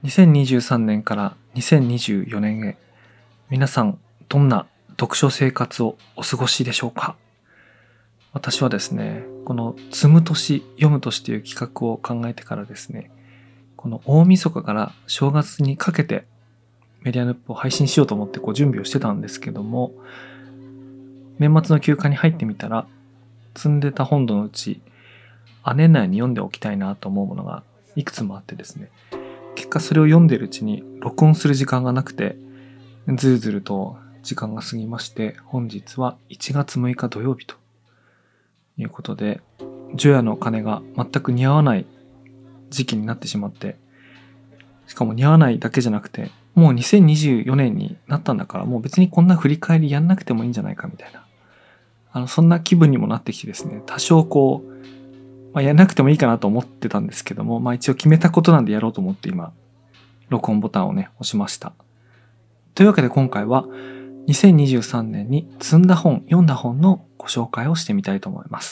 2023年から2024年へ、皆さんどんな読書生活をお過ごしでしょうか。私はですね、この積む年読む年という企画を考えてからですね、この大晦日から正月にかけてメディアヌップを配信しようと思って準備をしてたんですけども、年末の休暇に入ってみたら、積んでた本のうち年内に読んでおきたいなと思うものがいくつもあってですね、結果それを読んでいるうちに録音する時間がなくて、ずるずると時間が過ぎまして、本日は1月6日土曜日ということで、除夜の鐘が全く似合わない時期になってしまって、しかも似合わないだけじゃなくて、もう2024年になったんだから、もう別にこんな振り返りやんなくてもいいんじゃないかみたいな、そんな気分にもなってきてですね、多少やんなくてもいいかなと思ってたんですけども、一応決めたことなんでやろうと思って今、録音ボタンを押しました。というわけで今回は2023年に積んだ本、読んだ本のご紹介をしてみたいと思います。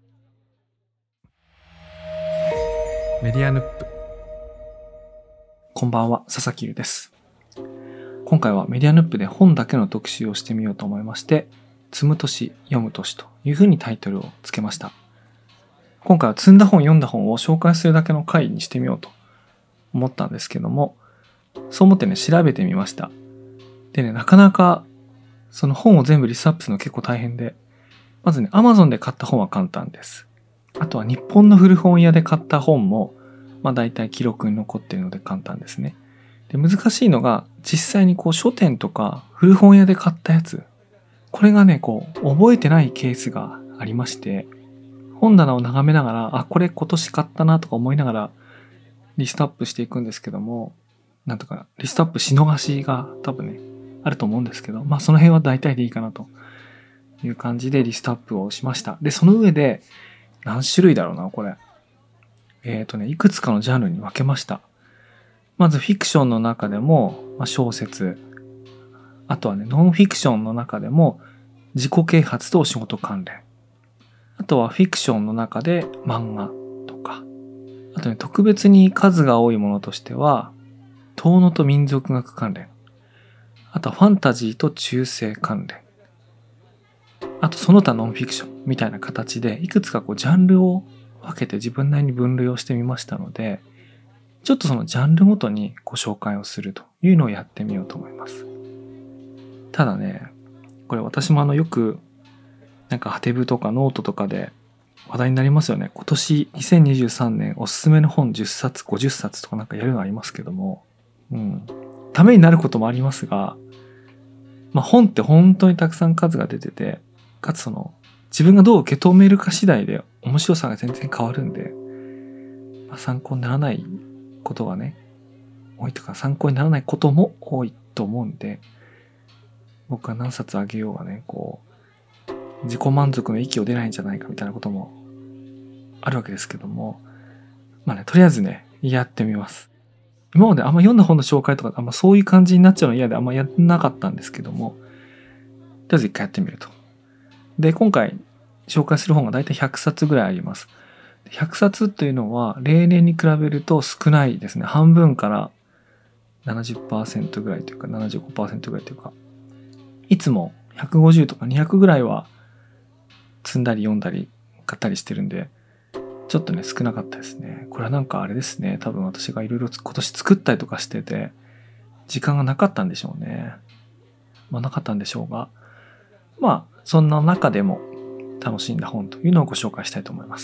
メディアヌップ。こんばんは、佐々木優です。今回はメディアヌップで本だけの特集をしてみようと思いまして、積む年、読む年というふうにタイトルをつけました。今回は積んだ本、読んだ本を紹介するだけの回にしてみようと思ったんですけども、そう思ってね、調べてみました。でね、なかなかその本を全部リストアップするの結構大変で、まずね、Amazon で買った本は簡単です。あとは日本の古本屋で買った本も、大体記録に残っているので簡単ですね。で、難しいのが、実際に書店とか古本屋で買ったやつ、これがね、覚えてないケースがありまして、本棚を眺めながら、これ今年買ったなとか思いながらリストアップしていくんですけども、なんとかリストアップし逃しが多分ね、あると思うんですけど、その辺は大体でいいかなという感じでリストアップをしました。で、その上で何種類だろうな、これ。いくつかのジャンルに分けました。まずフィクションの中でも、小説。あとはね、ノンフィクションの中でも自己啓発とお仕事関連。あとはフィクションの中で漫画とか。あとね、特別に数が多いものとしては、遠野と民族学関連。あとはファンタジーと中世関連。あとその他ノンフィクションみたいな形でいくつかジャンルを分けて自分なりに分類をしてみましたので、ちょっとそのジャンルごとにご紹介をするというのをやってみようと思います。ただね、これ私もよくハテブとかノートとかで話題になりますよね。今年2023年おすすめの本10冊50冊とかやるのありますけども、ためになることもありますが、本って本当にたくさん数が出てて、かつ自分がどう受け止めるか次第で面白さが全然変わるんで、参考にならないことがね、多いとか参考にならないことも多いと思うんで、僕が何冊あげようがね、自己満足の域を出ないんじゃないかみたいなこともあるわけですけども、とりあえずね、やってみます。今まであんま読んだ本の紹介とかそういう感じになっちゃうの嫌であんまやってなかったんですけども、とりあえず一回やってみると。で、今回紹介する本がだいたい100冊ぐらいあります。100冊というのは例年に比べると少ないですね。半分から 70% ぐらいというか 75% ぐらいというか、いつも150とか200ぐらいは積んだり読んだり買ったりしてるんで、ちょっとね少なかったですね。これはあれですね、多分私がいろいろ今年作ったりとかしてて時間がなかったんでしょうね。なかったんでしょうが、そんな中でも楽しんだ本というのをご紹介したいと思います。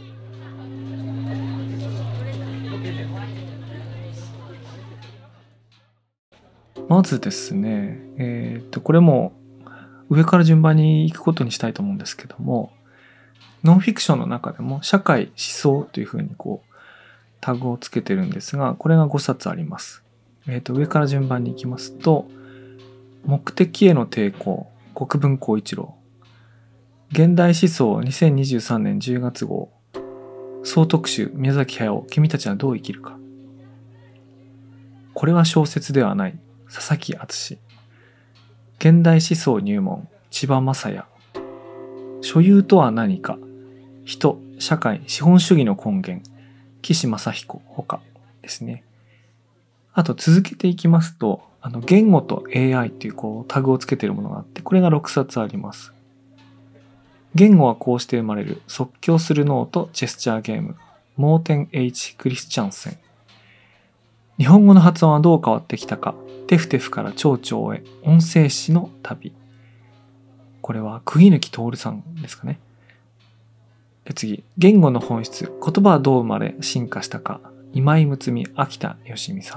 まずですね、これも上から順番に行くことにしたいと思うんですけども、ノンフィクションの中でも社会思想というふうにタグをつけてるんですが、これが5冊あります。上から順番に行きますと、目的への抵抗、国分光一郎。現代思想2023年10月号。総特集宮崎駿、君たちはどう生きるか。これは小説ではない、佐々木敦。現代思想入門、千葉雅也。所有とは何か、人、社会、資本主義の根源、岸正彦ほかですね。 あと続けていきますと、言語と AI っていうタグをつけているものがあって、これが6冊あります。言語はこうして生まれる。即興する脳とジェスチャーゲーム。モーテン H クリスチャンセン。日本語の発音はどう変わってきたか。テフテフから蝶々へ。音声詩の旅。これは釘抜徹さんですかね。で次、言語の本質。言葉はどう生まれ進化したか。今井睦美、秋田義美さん。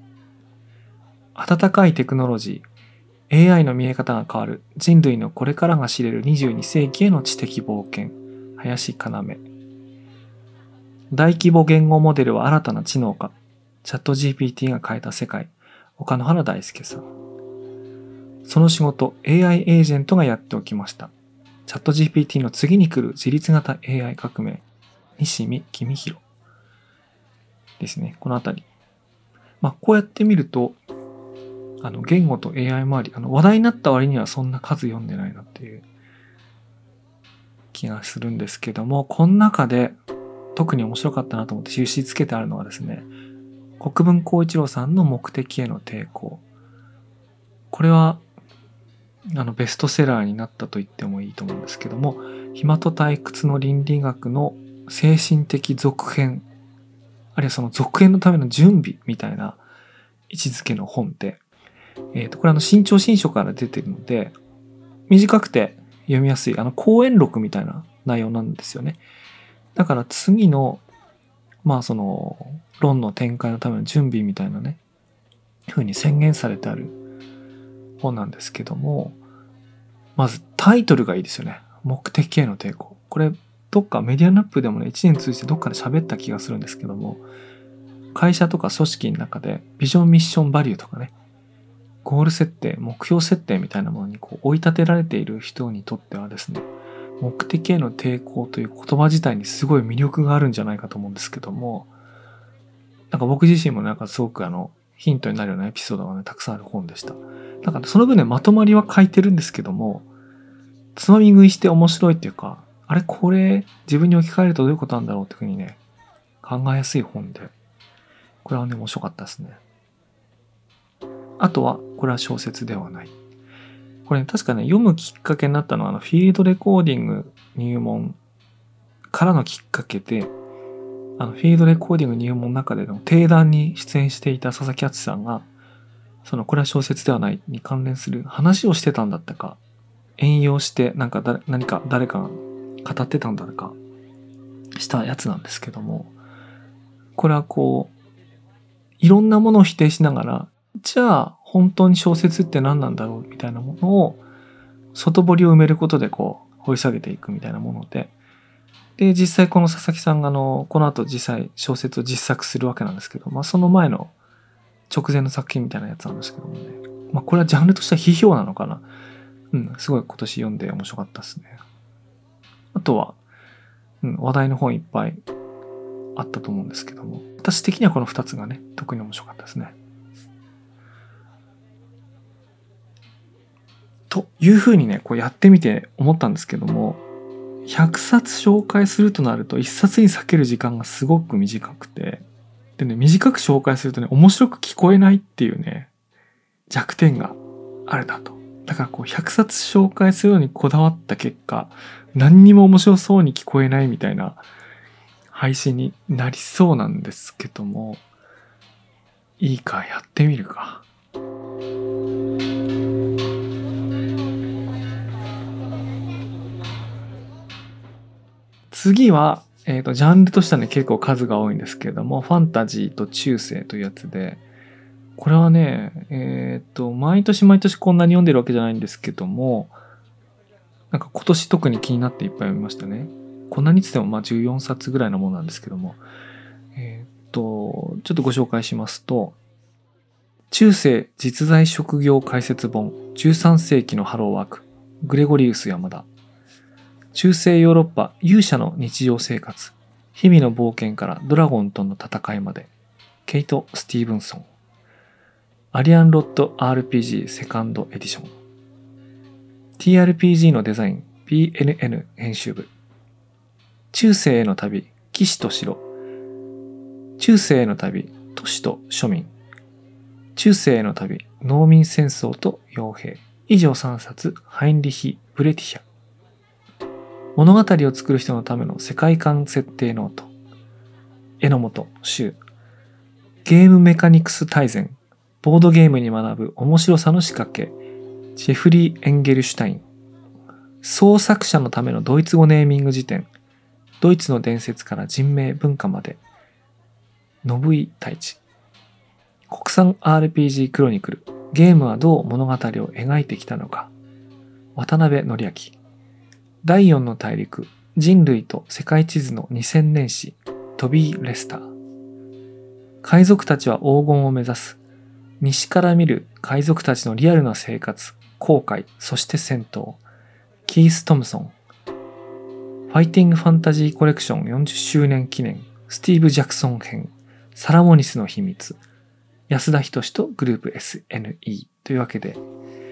温かいテクノロジー。AI の見え方が変わる。人類のこれからが知れる22世紀への知的冒険。林要。大規模言語モデルは新たな知能か。チャット GPT が変えた世界。岡野原大輔さん。その仕事、AI エージェントがやっておきました。チャット GPT の次に来る自律型 AI 革命。西見公弘。ですね。このあたり。こうやって見ると、言語と AI 周り、話題になった割にはそんな数読んでないなっていう気がするんですけども、この中で特に面白かったなと思って印つけてあるのはですね、国分光一郎さんの目的への抵抗。これは、ベストセラーになったと言ってもいいと思うんですけども、暇と退屈の倫理学の精神的続編、あるいはその続編のための準備みたいな位置づけの本で、これ新潮新書から出てるので、短くて読みやすい、講演録みたいな内容なんですよね。だから次の、その、論の展開のための準備みたいなね、風に宣言されてある本なんですけども、まずタイトルがいいですよね。目的への抵抗。これ、どっかメディアナップでもね、1年通じてどっかで喋った気がするんですけども、会社とか組織の中でビジョンミッションバリューとかね、ゴール設定、目標設定みたいなものに追い立てられている人にとってはですね、目的への抵抗という言葉自体にすごい魅力があるんじゃないかと思うんですけども、なんか僕自身もすごくヒントになるようなエピソードがね、たくさんある本でした。だからその分ね、まとまりは書いてるんですけども、つまみ食いして面白いっていうか、あれこれ自分に置き換えるとどういうことなんだろうっていうふうにね、考えやすい本で、これはね、面白かったですね。あとは、これは小説ではない。これ、ね、確かね、読むきっかけになったのは、フィールドレコーディング入門からのきっかけで、フィールドレコーディング入門の中での定談に出演していた佐々木敦さんが、これは小説ではないに関連する話をしてたんだったか、引用して何か誰かが語ってたんだかしたやつなんですけども、これはいろんなものを否定しながら、じゃあ本当に小説って何なんだろうみたいなものを外堀を埋めることで掘り下げていくみたいなもので、実際この佐々木さんがこの後実際小説を実作するわけなんですけど、その前の直前の作品みたいなやつなんですけどもね、これはジャンルとしては批評なのかな。すごい今年読んで面白かったですね。あとは、話題の本いっぱいあったと思うんですけども、私的にはこの2つがね、特に面白かったですね。というふうにね、やってみて思ったんですけども、100冊紹介するとなると1冊に避ける時間がすごく短くて、でね、短く紹介するとね、面白く聞こえないっていうね、弱点があるなと。だから100冊紹介するのにこだわった結果、何にも面白そうに聞こえないみたいな配信になりそうなんですけども、いいか、やってみるか。次は、ジャンルとしてはね、結構数が多いんですけれども、ファンタジーと中世というやつで、これはね、毎年毎年こんなに読んでるわけじゃないんですけども、なんか今年特に気になっていっぱい読みましたね。こんなにつっても14冊ぐらいのものなんですけども、ちょっとご紹介しますと、中世実在職業解説本、13世紀のハローワーク、グレゴリウス山田。中世ヨーロッパ勇者の日常生活、日々の冒険からドラゴンとの戦いまで、ケイト・スティーブンソン。アリアンロッド RPG セカンドエディション。TRPG のデザイン、PNN 編集部。中世への旅、騎士と城。中世への旅、都市と庶民。 中世への旅、農民戦争と傭兵。以上3冊、ハインリヒ・ブレティヒャ。物語を作る人のための世界観設定ノート。榎本周。ゲームメカニクス大全。ボードゲームに学ぶ面白さの仕掛け。ジェフリー・エンゲルシュタイン。創作者のためのドイツ語ネーミング辞典。ドイツの伝説から人名文化まで。信井太一。国産 RPG クロニクル。ゲームはどう物語を描いてきたのか。渡辺則明。第4の大陸。人類と世界地図の2000年史。トビー・レスター。海賊たちは黄金を目指す。西から見る海賊たちのリアルな生活、航海、そして戦闘。キース・トムソン。ファイティング・ファンタジー・コレクション40周年記念。スティーブ・ジャクソン編。サラモニスの秘密。安田仁とグループ SNE というわけで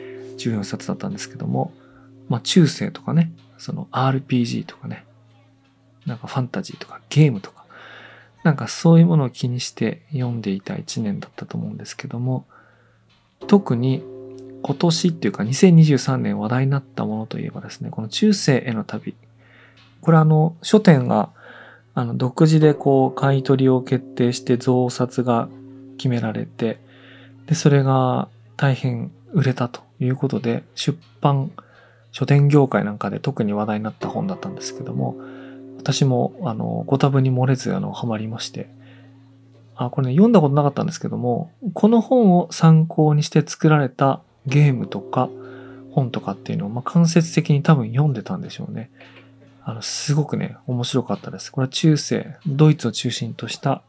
14冊だったんですけども、中世とかね、その RPG とかね、なんかファンタジーとかゲームとか、なんかそういうものを気にして読んでいた1年だったと思うんですけども、特に今年っていうか2023年話題になったものといえばですね、この中世への旅。これ書店が独自で買い取りを決定して増刷が決められて、でそれが大変売れたということで、出版書店業界なんかで特に話題になった本だったんですけども、私もご多分に漏れずハマりまして、これね読んだことなかったんですけども、この本を参考にして作られたゲームとか本とかっていうのを間接的に多分読んでたんでしょうね。すごくね面白かったです。これは中世ドイツを中心とした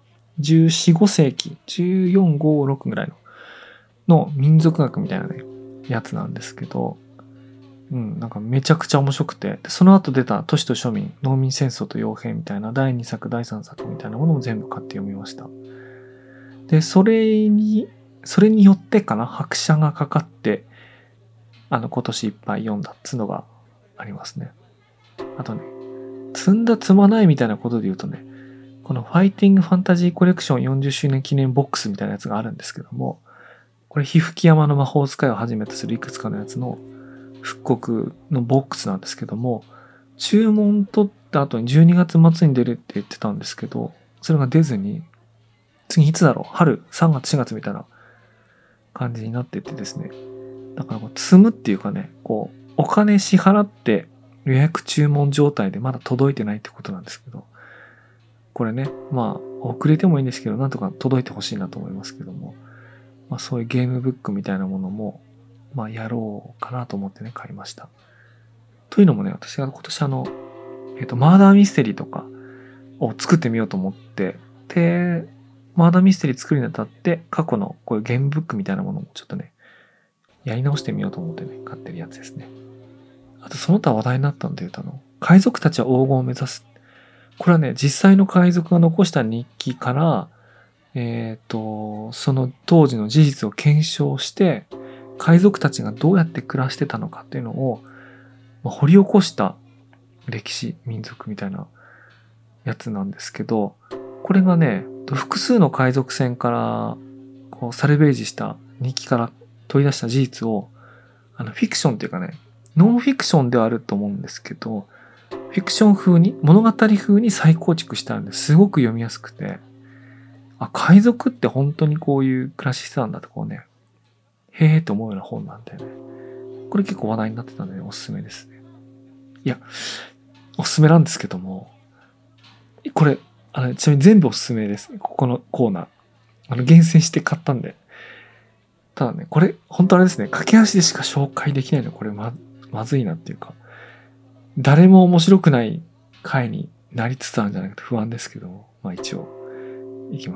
14、5世紀、14、5、6ぐらいの民族学みたいなね、やつなんですけど、なんかめちゃくちゃ面白くて、でその後出た都市と庶民、農民戦争と傭兵みたいな第2作、第3作みたいなものも全部買って読みました。で、それによってかな、拍車がかかって、今年いっぱい読んだっつうのがありますね。あとね、積んだ積まないみたいなことで言うとね、このファイティングファンタジーコレクション40周年記念ボックスみたいなやつがあるんですけども、これ、火吹山の魔法使いをはじめとするいくつかのやつの復刻のボックスなんですけども、注文取った後に12月末に出るって言ってたんですけど、それが出ずに、次いつだろう、春、3月、4月みたいな感じになっててですね。だから積むっていうかね、お金支払って予約注文状態でまだ届いてないってことなんですけど、これね、遅れてもいいんですけど、なんとか届いてほしいなと思いますけども、そういうゲームブックみたいなものも、やろうかなと思ってね、買いました。というのもね、私が今年マーダーミステリーとかを作ってみようと思って、で、マーダーミステリー作るにあたって、過去のこういうゲームブックみたいなものもちょっとね、やり直してみようと思ってね、買ってるやつですね。あと、その他話題になったんで言うと、海賊たちは黄金を目指す。これはね、実際の海賊が残した日記から、その当時の事実を検証して、海賊たちがどうやって暮らしてたのかっていうのを、掘り起こした歴史、民族みたいなやつなんですけど、これがね、複数の海賊船からサルベージした日記から取り出した事実を、フィクションっていうかね、ノンフィクションではあると思うんですけど、フィクション風に、物語風に再構築してあるんですごく読みやすくて、海賊って本当にこういう暮らししてたんだってへーって思うような本なんだよね。これ結構話題になってたんで、おすすめですね。いや、おすすめなんですけども、これ、ちなみに全部おすすめです。ここのコーナー。厳選して買ったんで。ただね、これ、本当あれですね、駆け足でしか紹介できないの、これまずいなっていうか、誰も面白くない回になりつつあるんじゃないかと不安ですけども、一応、いきます。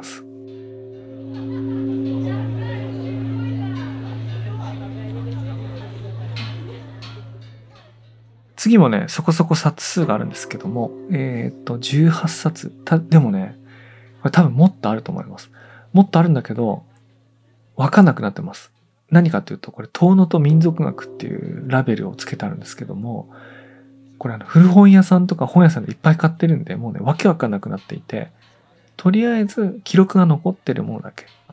次もね、そこそこ冊数があるんですけども、18冊。でもね、これ多分もっとあると思います。もっとあるんだけど、わかんなくなってます。何かというと、これ、遠野と民族学っていうラベルをつけてあるんですけども、これ古本屋さんとか本屋さんでいっぱい買ってるんで、もうね、わけわかんなくなっていて、とりあえず記録が残ってるものだけ。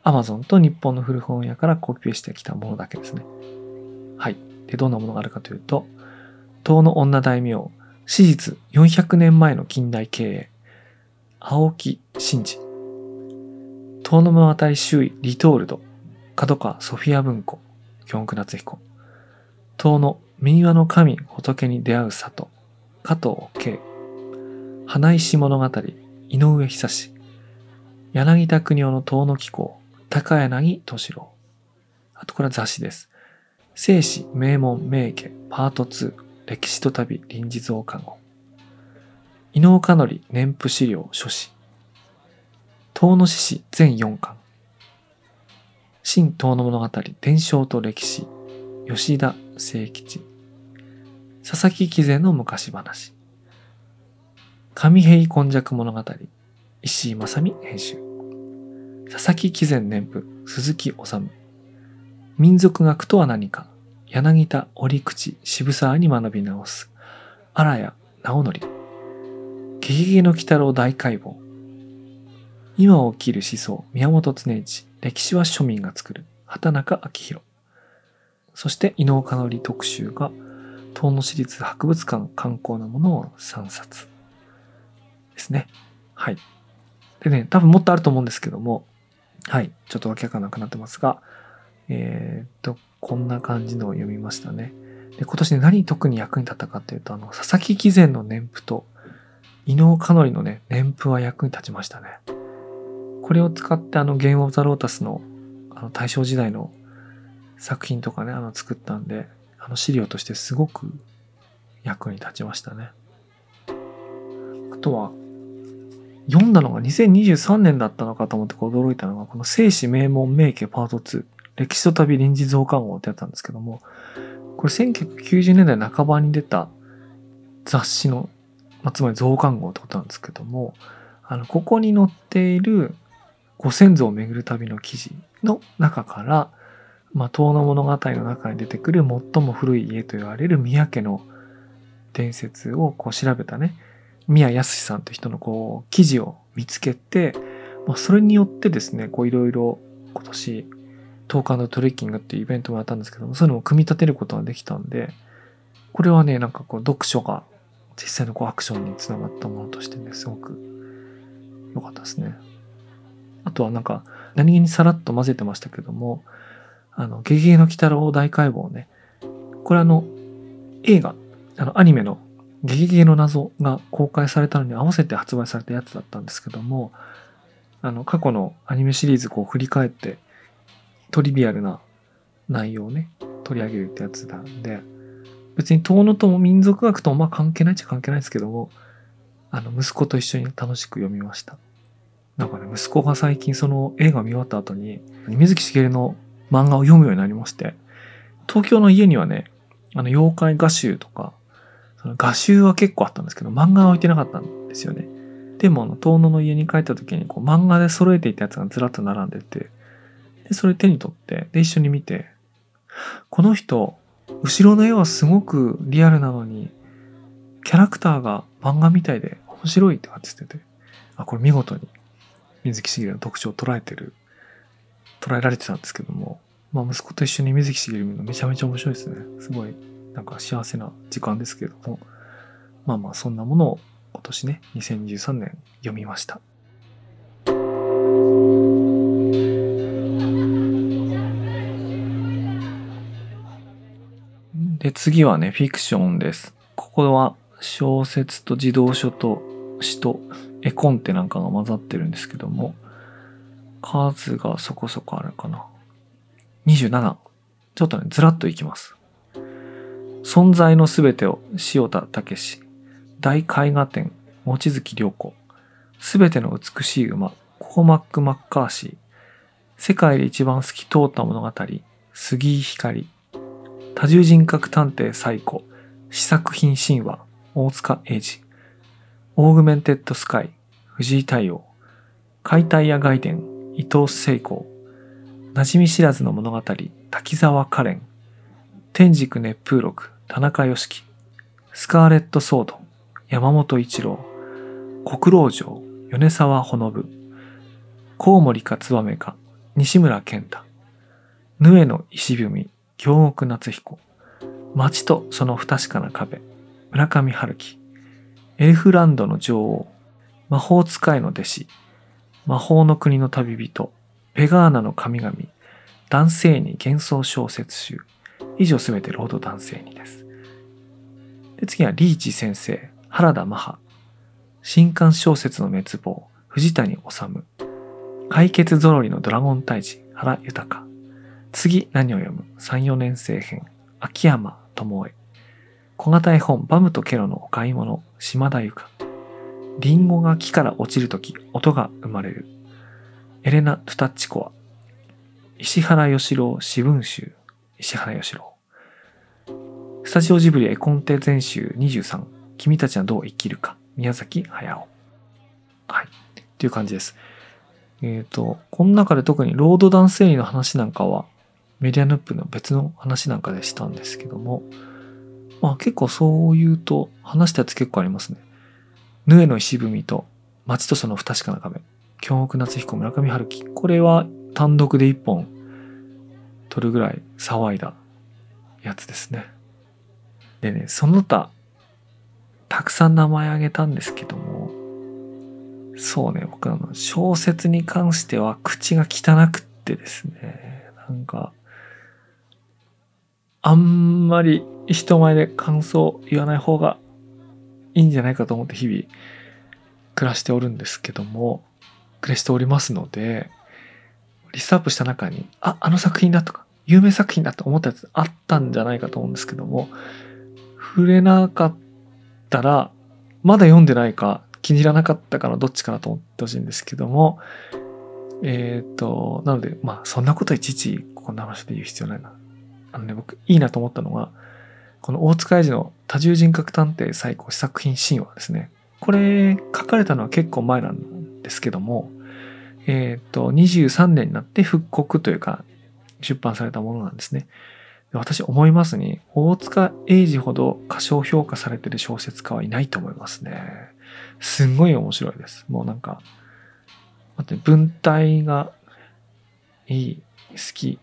Amazon と日本の古本屋からコピペしてきたものだけですね。はい。で、どんなものがあるかというと、遠野女大名、史実400年前の近代経営、青木真治、遠野物語周囲リトールド、角川ソフィア文庫、京極夏彦、遠野民話の神仏に出会う里、加藤慶、花石物語、井上久志、柳田国夫の遠野紀行、高柳敏郎。あとこれは雑誌です。正史名門名家パート2、歴史と旅臨時増刊号。伊能香則年譜資料書士。遠野志士全4巻。新遠野物語伝承と歴史。吉田清吉。佐々木貴前の昔話。上平今昔物語。石井正美編集。佐々木貴前年譜鈴木治。民族学とは何か。柳田折口渋沢に学び直す。荒谷直則。ゲゲゲの鬼太郎大解剖。今を生きる思想宮本常一。歴史は庶民が作る。畑中昭弘。そして伊能香則特集が遠野市立博物館観光のものを3冊ですね。はい。でね、多分もっとあると思うんですけども、はい。ちょっとわけわかんなくなってますが、こんな感じのを読みましたね。で、今年ね、何特に役に立ったかっていうと、佐々木貴前の年譜と伊能香則のね、年譜は役に立ちましたね。これを使ってゲームオブザロータスの大正時代の作品とかね、作ったんで、資料としてすごく役に立ちましたね。あとは、読んだのが2023年だったのかと思って驚いたのが、この正史名門名家パート2、歴史と旅臨時増刊号ってやつなんですけども、これ1990年代半ばに出た雑誌の、つまり増刊号ってことなんですけども、ここに載っているご先祖を巡る旅の記事の中から、遠野物語の中に出てくる最も古い家と言われる宮家の伝説を調べたね、宮康さんという人の記事を見つけて、それによってですね、いろいろ今年トーク&トレッキングっていうイベントもやったんですけども、そういうのを組み立てることができたんで、これはね、読書が実際のアクションにつながったものとしてね、すごく良かったですね。あとは何気にさらっと混ぜてましたけども、ゲゲゲの鬼太郎大解剖ね。これ映画、アニメのゲゲゲの謎が公開されたのに合わせて発売されたやつだったんですけども、過去のアニメシリーズ振り返ってトリビアルな内容をね、取り上げるってやつなんで、別に遠野とも民族学とも関係ないっちゃ関係ないですけども、息子と一緒に楽しく読みました。息子が最近その映画を見終わった後に、水木しげるの漫画を読むようになりまして、東京の家にはね、妖怪画集とか、その画集は結構あったんですけど、漫画は置いてなかったんですよね。でも、遠野の家に帰った時に、漫画で揃えていたやつがずらっと並んでて、で、それ手に取って、で、一緒に見て、この人、後ろの絵はすごくリアルなのに、キャラクターが漫画みたいで面白いって感じてて、これ見事に水木しげるの特徴を捉えられてたんですけども、息子と一緒に水木しげる見るのめちゃめちゃ面白いですね。すごい、幸せな時間ですけども、そんなものを今年ね、2023年読みました。で、次はね、フィクションです。ここは小説と児童書と詩と絵コンテなんかが混ざってるんですけども、数がそこそこあるかな。27。ちょっとね、ずらっといきます。存在のすべてを塩田武史。大絵画展、望月良子。すべての美しい馬、コーマック・マッカーシー。世界で一番透き通った物語、杉井光。多重人格探偵サイコ。試作品神話、大塚英二。オーグメンテッドスカイ、藤井太陽。解体や外伝、伊藤聖光。馴染み知らずの物語、滝沢カレン。天竺熱風録、田中良樹。スカーレットソード、山本一郎。国老城、米沢ほのぶ。コウモリかツバメか、 西村健太、ヌエの石踏み、京極夏彦、街とその不確かな壁、村上春樹、エルフランドの女王、魔法使いの弟子、魔法の国の旅人、ペガーナの神々、男性に幻想小説集。以上すべてロード男性にです。で、次はリーチ先生、原田マハ、新刊小説の滅亡、藤谷治、解決ぞろりのドラゴン退治、原豊。次何を読む ?3、4年生編、秋山智恵。小型絵本、バムとケロのお買い物、島田由香。リンゴが木から落ちるとき、音が生まれる。エレナ・トゥタッチコア。石原義郎詩文集、石原義郎。スタジオジブリ絵コンテ全集23、君たちはどう生きるか、宮崎駿。はい。っていう感じです。この中で特にロード男性理の話なんかは、メディアヌップの別の話なんかでしたんですけども、まあ結構そう言うと話したやつ結構ありますね。ヌエの石踏みと街とその不確かな壁、京極夏彦、村上春樹。これは単独で一本取るぐらい騒いだやつですね。でね、その他たくさん名前挙げたんですけども、そうね、僕小説に関しては口が汚くってですね、なんかあんまり人前で感想言わない方がいいんじゃないかと思って日々暮らしておるんですけども、暮らしておりますので、リストアップした中にあの作品だとか有名作品だと思ったやつあったんじゃないかと思うんですけども、触れなかったらまだ読んでないか気に入らなかったかのどっちかなと思ってほしいんですけども、なのでまあそんなこといちいちこんな話で言う必要ないな。僕いいなと思ったのが、この大塚愛の多重人格探偵最高試作品神話ですね。これ書かれたのは結構前なんですけども、23年になって復刻というか出版されたものなんですね。私思いますに、大塚英治ほど過小評価されている小説家はいないと思いますね。すんごい面白いです。もうなんか、文体がいい、好き、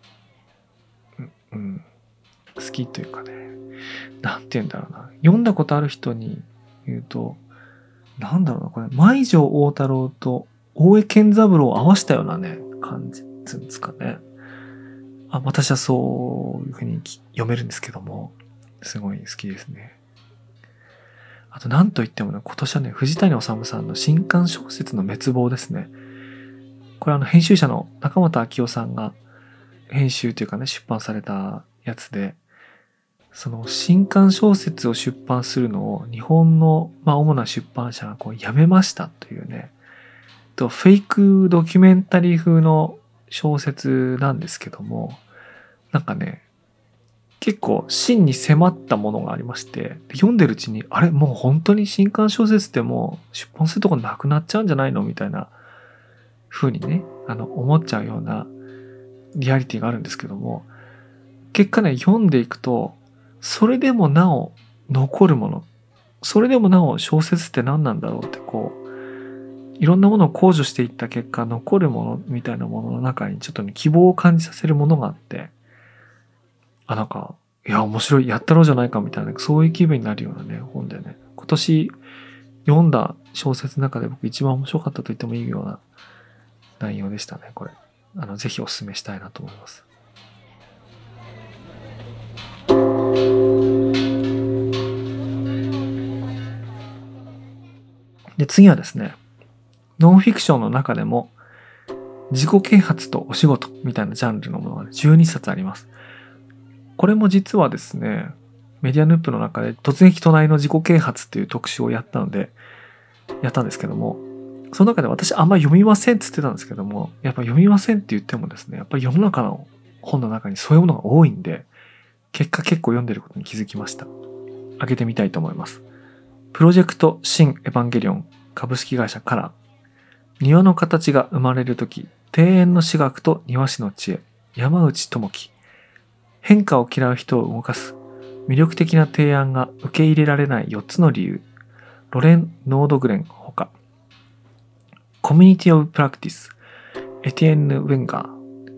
好きというかね、なんて言うんだろうな。読んだことある人に言うと、なんだろうな、これ、舞城大太郎と大江健三郎を合わせたようなね、感じですかね。私はそういうふうに読めるんですけども、すごい好きですね。あと、なんといってもね、今年はね、藤谷治さんの新刊小説の滅亡ですね。これ編集者の中本明夫さんが編集というかね、出版されたやつで、その新刊小説を出版するのを日本の、主な出版社がやめましたというね、フェイクドキュメンタリー風の小説なんですけども、なんかね、結構真に迫ったものがありまして、読んでるうちに、あれもう本当に新刊小説ってもう出版するとこなくなっちゃうんじゃないのみたいな風にね、思っちゃうようなリアリティがあるんですけども、結果ね、読んでいくと、それでもなお残るもの、それでもなお小説って何なんだろうっていろんなものを考慮していった結果、残るものみたいなものの中にちょっとね、希望を感じさせるものがあって、なんか、いや、面白い、やったろうじゃないかみたいな、そういう気分になるようなね、本でね、今年読んだ小説の中で僕一番面白かったと言ってもいいような内容でしたね、これ。ぜひお勧めしたいなと思います。で、次はですね、ノンフィクションの中でも自己啓発とお仕事みたいなジャンルのものが12冊あります。これも実はですね、メディアヌップの中で突撃隣の自己啓発っていう特集をやったんですけども、その中で私あんまり読みませんって言ってたんですけども、やっぱ読みませんって言ってもですね、やっぱり世の中の本の中にそういうものが多いんで、結構読んでることに気づきました。開けてみたいと思います。プロジェクト新エヴァンゲリオン株式会社から庭の形が生まれるとき、庭園の私学と庭師の知恵、山内智樹。変化を嫌う人を動かす魅力的な提案が受け入れられない4つの理由、ロレン・ノードグレンほか。コミュニティ・オブ・プラクティス、エティエンヌ・ウェンガー。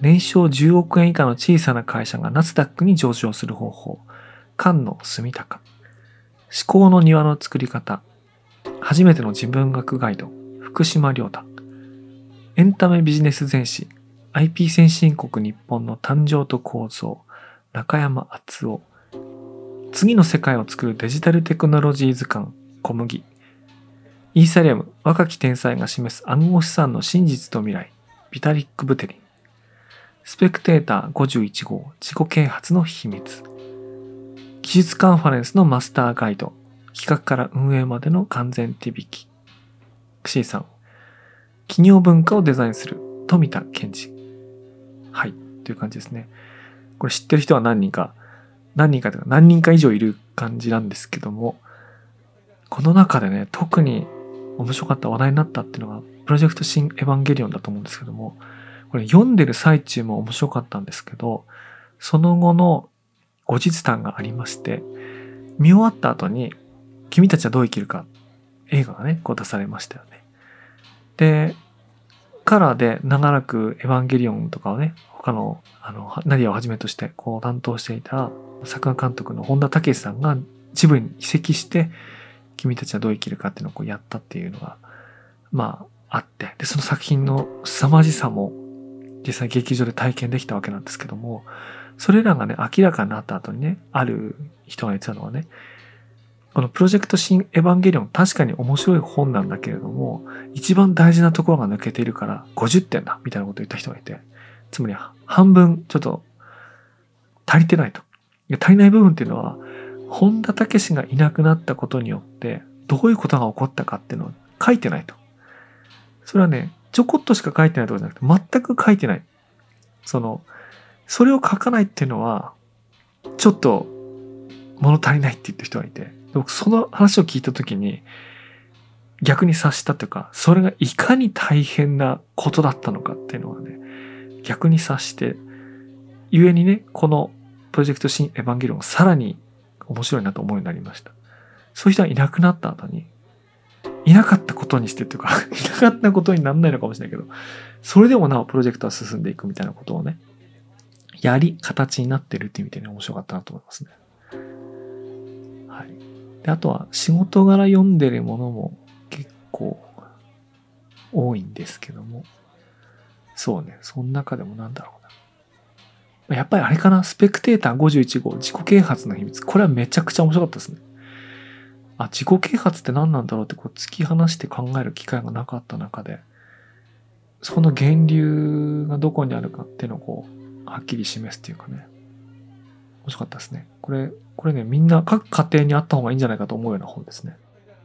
年商10億円以下の小さな会社がナスダックに上場する方法。菅野住高。思考の庭の作り方。初めての自分学ガイド。福島亮太。エンタメビジネス全史。IP 先進国日本の誕生と構造。中山敦夫。次の世界を作るデジタルテクノロジー図鑑。小麦。イーサリアム。若き天才が示す暗号資産の真実と未来。ビタリック・ブテリン。スペクテーター51号。自己啓発の秘密。技術カンファレンスのマスターガイド。企画から運営までの完全手引き。C さん。企業文化をデザインする富田健二。はい。という感じですね。これ知ってる人は何人かというか何人か以上いる感じなんですけども、この中でね、特に面白かった話題になったっていうのが、プロジェクト新エヴァンゲリオンだと思うんですけども、これ読んでる最中も面白かったんですけど、その後の後日談がありまして、見終わった後に、君たちはどう生きるか、映画がね、こう出されましたよね。で、カラーで長らくエヴァンゲリオンとかをね、他の、ナディアをはじめとして、こう担当していた作画監督の本田武さんがジブリに移籍して、君たちはどう生きるかっていうのをこうやったっていうのが、まあ、あって、で、その作品の凄まじさも実際劇場で体験できたわけなんですけども、それらがね、明らかになった後にね、ある人が言ってたのはね、このプロジェクト新エヴァンゲリオン、確かに面白い本なんだけれども、一番大事なところが抜けているから50点だみたいなことを言った人がいて、つまり半分ちょっと足りてないと。足りない部分っていうのは、本田武がいなくなったことによって、どういうことが起こったかっていうのを書いてないと。それはね、ちょこっとしか書いてないとかじゃなくて、全く書いてない。それを書かないっていうのは、ちょっと物足りないって言ってる人がいて、僕その話を聞いたときに、逆に察したというか、それがいかに大変なことだったのかっていうのはね、逆に察して、故にね、このプロジェクト新エヴァンゲリオンがさらに面白いなと思うようになりました。そういう人がいなくなった後に、いなかったことにしてというか、いなかったことにならないのかもしれないけど、それでもなおプロジェクトは進んでいくみたいなことをね、やり形になってるっていう意味でね、面白かったなと思いますね。はい。で、あとは仕事柄読んでるものも結構多いんですけども、そうね、その中でもなんだろうな。やっぱりあれかな、スペクテーター51号、自己啓発の秘密。これはめちゃくちゃ面白かったですね。自己啓発って何なんだろうってこう突き放して考える機会がなかった中で、その源流がどこにあるかっていうのをこう、はっきり示すっていうかね。面白かったですね。これね、みんな各家庭にあった方がいいんじゃないかと思うような本ですね。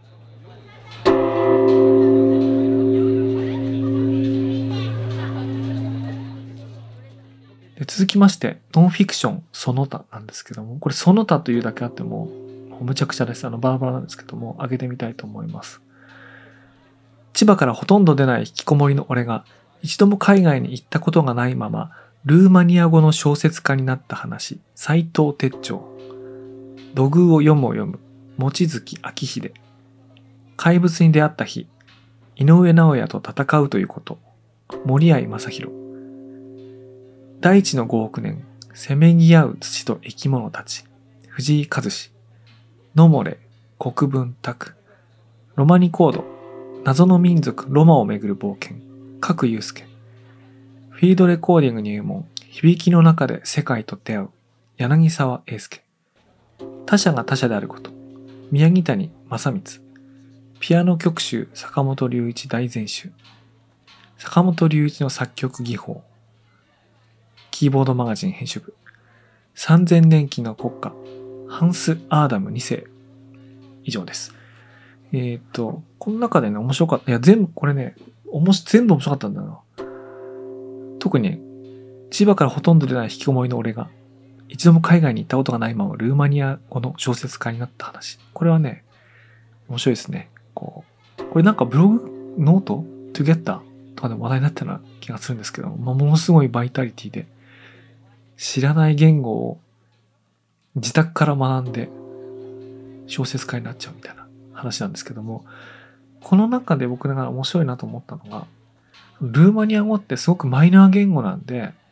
で、続きまして、ノンフィクションその他なんですけども、これその他というだけあっても、むちゃくちゃです。バラバラなんですけども、上げてみたいと思います。千葉からほとんど出ない引きこもりの俺が、一度も海外に行ったことがないまま、ルーマニア語の小説家になった話、斎藤哲長。土偶を読むを読む、望月昭秀。怪物に出会った日、井上尚弥と戦うということ、森合正弘。大地の5億年、せめぎ合う土と生き物たち、藤井和志。野漏れ、国分拓。ロマニコード、謎の民族ロマをめぐる冒険、角祐介。フィードレコーディング入門、響きの中で世界と出会う、柳沢英介。他者が他者であること、宮城谷正光。ピアノ曲集坂本龍一大全集。坂本龍一の作曲技法。キーボードマガジン編集部。3000年期の国家、ハンス・アーダム2世。以上です。この中でね、面白かった。いや、これね、全部面白かったんだな。特に、千葉からほとんど出ない引きこもりの俺が、一度も海外に行ったことがないままルーマニア語の小説家になった話。これはね、面白いですね。これなんかブログ、ノート ?Together とかで話題になったような気がするんですけども、ものすごいバイタリティで、知らない言語を自宅から学んで小説家になっちゃうみたいな話なんですけども、この中で僕が面白いなと思ったのが、ルーマニア語ってすごくマイナー言語なんで、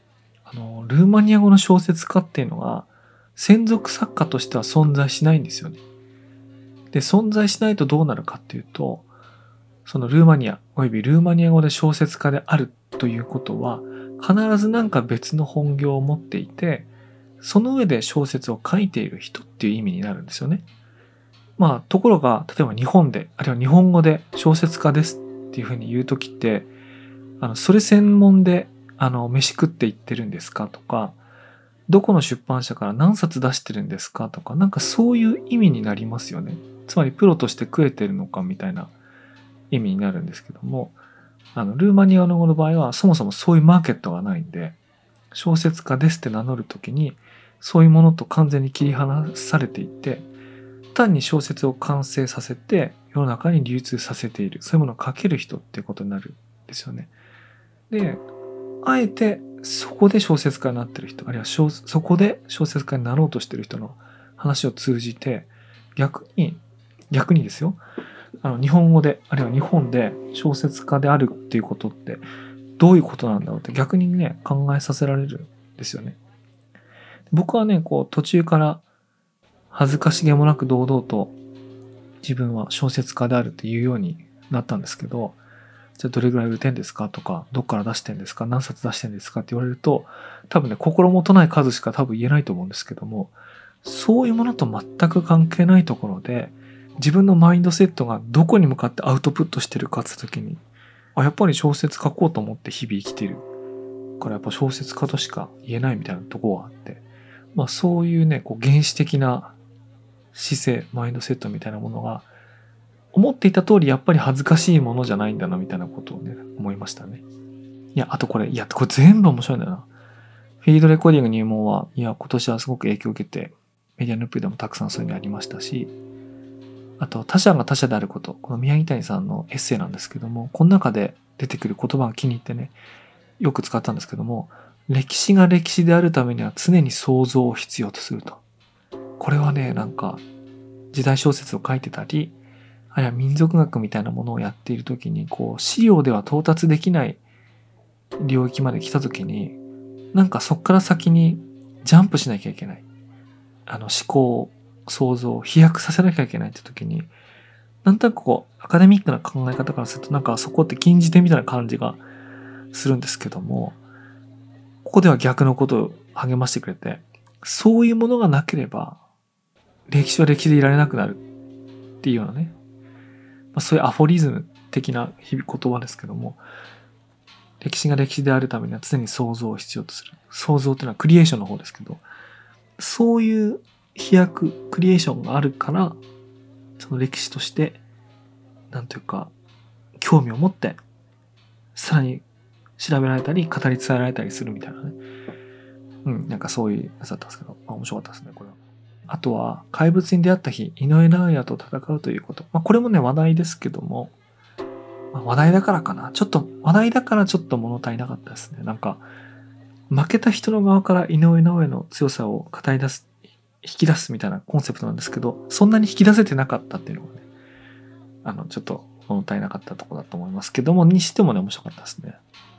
ルーマニア語の小説家っていうのが専属作家としては存在しないんですよね。で、存在しないとどうなるかっていうと、そのルーマニアおよびルーマニア語で小説家であるということは、必ず何か別の本業を持っていて、その上で小説を書いている人っていう意味になるんですよね。まあ、ところが、例えば日本で、あるいは日本語で小説家ですっていうふうに言うときって、それ専門で、飯食っていってるんですかとか、どこの出版社から何冊出してるんですかとか、なんかそういう意味になりますよね。つまりプロとして食えてるのかみたいな意味になるんですけども、ルーマニア語の場合はそもそもそういうマーケットがないんで、小説家ですって名乗るときに、そういうものと完全に切り離されていて、単に小説を完成させて世の中に流通させている、そういうものを書ける人っていうことになるんですよね。で、あえてそこで小説家になってる人、あるいはそこで小説家になろうとしてる人の話を通じて、逆にですよ、日本語で、あるいは日本で小説家であるっていうことってどういうことなんだろうって逆にね、考えさせられるんですよね。僕はね、こう途中から恥ずかしげもなく堂々と自分は小説家であるっていうようになったんですけど、じゃあどれぐらい売れてんですかとか、どっから出してんですか、何冊出してんですかって言われると、多分ね、心もとない数しか多分言えないと思うんですけども、そういうものと全く関係ないところで、自分のマインドセットがどこに向かってアウトプットしてるかって時に、やっぱり小説書こうと思って日々生きてるからやっぱ小説家としか言えないみたいなところがあって、まあそういうね、こう原始的な姿勢、マインドセットみたいなものが、思っていた通りやっぱり恥ずかしいものじゃないんだなみたいなことをね、思いましたね。あとこれ全部面白いんだよな。フィールドレコーディング入門は、今年はすごく影響を受けて、メディアヌップでもたくさんそういうのありましたし、あと他者が他者であること、この宮城谷さんのエッセイなんですけども、この中で出てくる言葉が気に入ってね、よく使ったんですけども、歴史が歴史であるためには常に想像を必要とすると。これはね、なんか時代小説を書いてたり、あるいは民族学みたいなものをやっているときに、こう、資料では到達できない領域まで来たときに、なんかそっから先にジャンプしなきゃいけない。思考、想像、飛躍させなきゃいけないって時に、なんとなくこう、アカデミックな考え方からすると、なんかそこって禁じ手みたいな感じがするんですけども、ここでは逆のことを励ましてくれて、そういうものがなければ、歴史は歴史でいられなくなるっていうようなね、そういうアフォリズム的な言葉ですけども、歴史が歴史であるためには常に想像を必要とする。想像っていうのはクリエーションの方ですけど、そういう飛躍、クリエーションがあるから、その歴史として、なんというか、興味を持って、さらに調べられたり、語り伝えられたりするみたいなね。なんかそういうやつだったんですけど、面白かったですね、これは。あとは、怪物に出会った日、井上尚弥と戦うということ。これもね、話題ですけども、話題だからかな。話題だからちょっと物足りなかったですね。なんか、負けた人の側から井上尚弥の強さを語り出す、引き出すみたいなコンセプトなんですけど、そんなに引き出せてなかったっていうのがね、ちょっと物足りなかったところだと思いますけども、にしてもね、面白かったですね。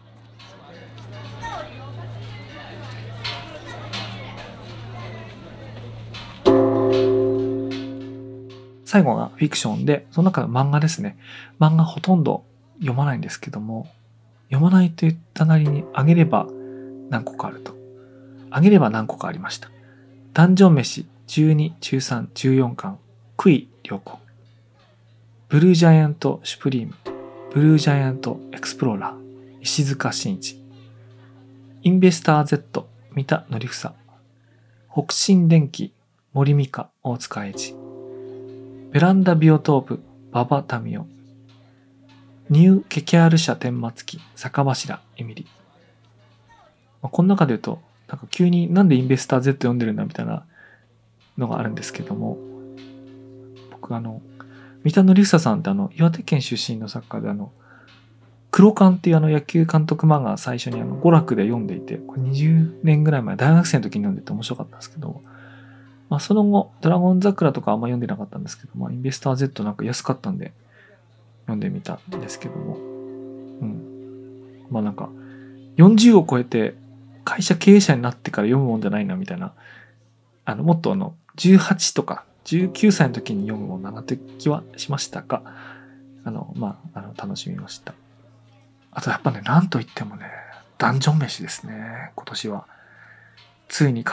最後がフィクションで、その中の漫画ですね。漫画ほとんど読まないんですけども、読まないと言ったなりにあげれば何個かあると。あげれば何個かありました。ダンジョン飯12、13、14巻、クイ良子。ブルージャイアントシュプリーム、ブルージャイアントエクスプローラー、石塚真一。インベスター Z、三田則房。北進電機、森美香、大塚英二。ベランダビオトープ、馬場民夫。ニューケキャール社天末期、坂柱、エミリ。この中で言うと、なんか急になんでインベスター Z 読んでるんだみたいなのがあるんですけども、僕三田則房さんって岩手県出身の作家で黒缶っていう野球監督漫画最初に娯楽で読んでいて、これ20年ぐらい前、大学生の時に読んでて面白かったんですけど、その後、ドラゴン桜とかあんま読んでなかったんですけど、インベスター Z なんか安かったんで読んでみたんですけども、なんか40を超えて会社経営者になってから読むもんじゃないなみたいな、もっと18とか19歳の時に読むもんだなという気はしましたが、楽しみました。あとやっぱね、なんといってもね、ダンジョン飯ですね。今年は。ついに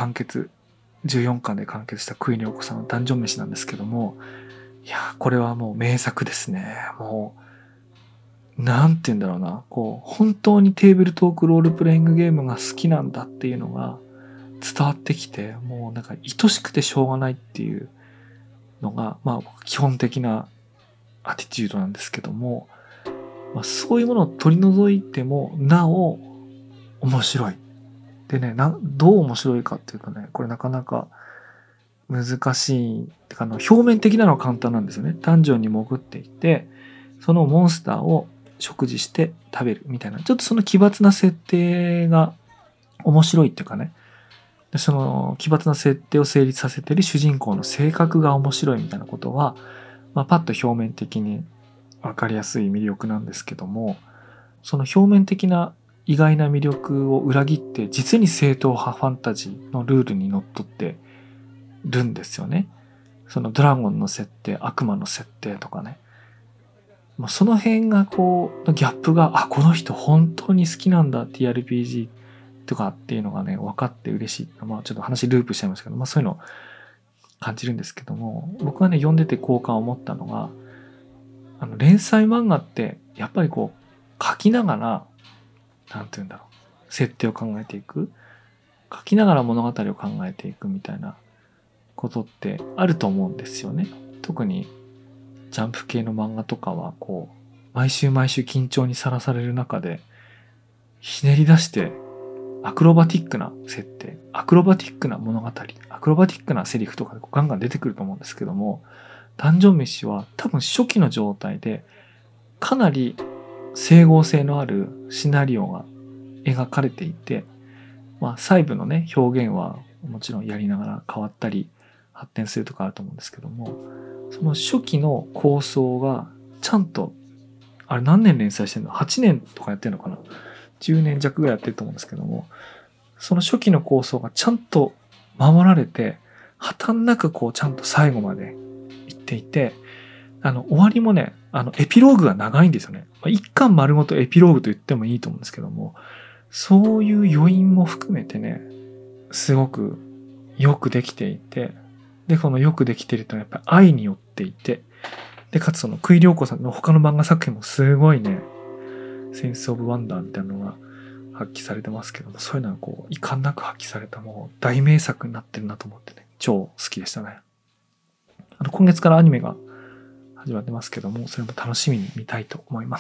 14巻で完結したクイニョコさんのダンジョン飯なんですけども、いやー、これはもう名作ですね。もう、なんて言うんだろうな、本当にテーブルトークロールプレイングゲームが好きなんだっていうのが伝わってきて、もうなんか愛しくてしょうがないっていうのが、基本的なアティチュードなんですけども、そういうものを取り除いてもなお面白い。でね、どう面白いかっていうとね、これなかなか難しい。てか表面的なのは簡単なんですよね。ダンジョンに潜っていって、そのモンスターを食事して食べるみたいな、ちょっとその奇抜な設定が面白いっていうかね、その奇抜な設定を成立させている主人公の性格が面白いみたいなことは、パッと表面的に分かりやすい魅力なんですけども、その表面的な意外な魅力を裏切って実に正統派ファンタジーのルールにのっとってるんですよね。そのドラゴンの設定、悪魔の設定とかね。その辺がギャップが、この人本当に好きなんだ TRPG とかっていうのがね、分かって嬉しい。ちょっと話ループしちゃいましたけど、そういうのを感じるんですけども、僕がね、読んでて好感を持ったのが、連載漫画ってやっぱり書きながら、なんて言うんだろう、設定を考えていく、書きながら物語を考えていくみたいなことってあると思うんですよね。特にジャンプ系の漫画とかは毎週毎週緊張にさらされる中でひねり出してアクロバティックな設定、アクロバティックな物語、アクロバティックなセリフとかでガンガン出てくると思うんですけども、ダンジョン飯は多分初期の状態でかなり整合性のあるシナリオが描かれていて、細部のね、表現はもちろんやりながら変わったり発展するとかあると思うんですけども、その初期の構想がちゃんと、あれ何年連載してるの ?8 年とかやってるのかな ?10 年弱ぐらいやってると思うんですけども、その初期の構想がちゃんと守られて、破綻なくちゃんと最後までいっていて、終わりもね、エピローグが長いんですよね。一巻丸ごとエピローグと言ってもいいと思うんですけども、そういう余韻も含めてね、すごくよくできていて、で、このよくできているとやっぱり愛によっていて、で、かつそのクイリョウコさんの他の漫画作品もすごいね、センスオブワンダーみたいなのが発揮されてますけども、そういうのは遺憾なく発揮されたもう大名作になってるなと思ってね、超好きでしたね。今月からアニメが始まってますけども、それも楽しみに見たいと思います。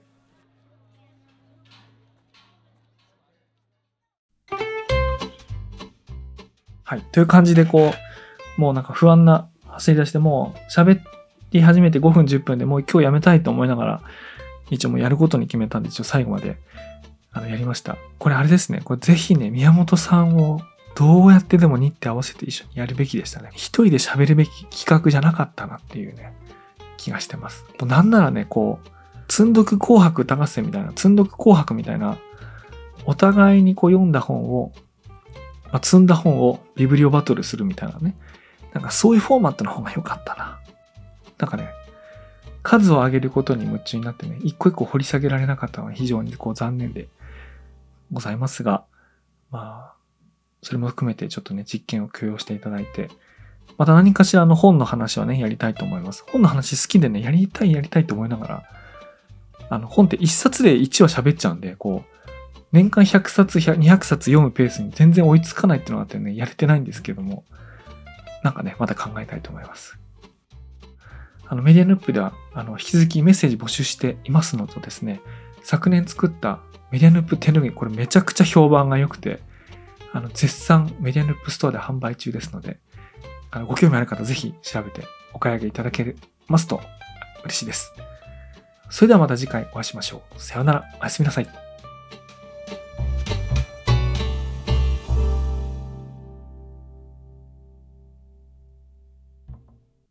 はい。という感じでもうなんか不安な走り出して、もう喋り始めて5分10分でもう今日やめたいと思いながら、一応もうやることに決めたんで、一応最後までやりました。これあれですね。これぜひね、宮本さんをどうやってでも日程合わせて一緒にやるべきでしたね。一人で喋るべき企画じゃなかったなっていうね、気がしてます。もうなんならね、積んどく紅白歌合戦みたいな、積んどく紅白みたいな、お互いに読んだ本を、積んだ本をビブリオバトルするみたいなね。なんかそういうフォーマットの方が良かったな。なんかね、数を上げることに夢中になってね、一個一個掘り下げられなかったのは非常に残念でございますが、それも含めてちょっとね、実験を許容していただいて、また何かしら本の話はね、やりたいと思います。本の話好きでね、やりたいと思いながら、本って1冊で1話喋っちゃうんで、年間100冊、200冊読むペースに全然追いつかないっていうのがあってね、やれてないんですけども、なんかね、また考えたいと思います。メディアヌップでは、引き続きメッセージ募集していますのとですね、昨年作ったメディアヌップ手ぬぐい、これめちゃくちゃ評判が良くて、絶賛メディアヌップストアで販売中ですので、ご興味ある方ぜひ調べてお買い上げいただけますと嬉しいです。それではまた次回お会いしましょう。さようなら。おやすみなさい。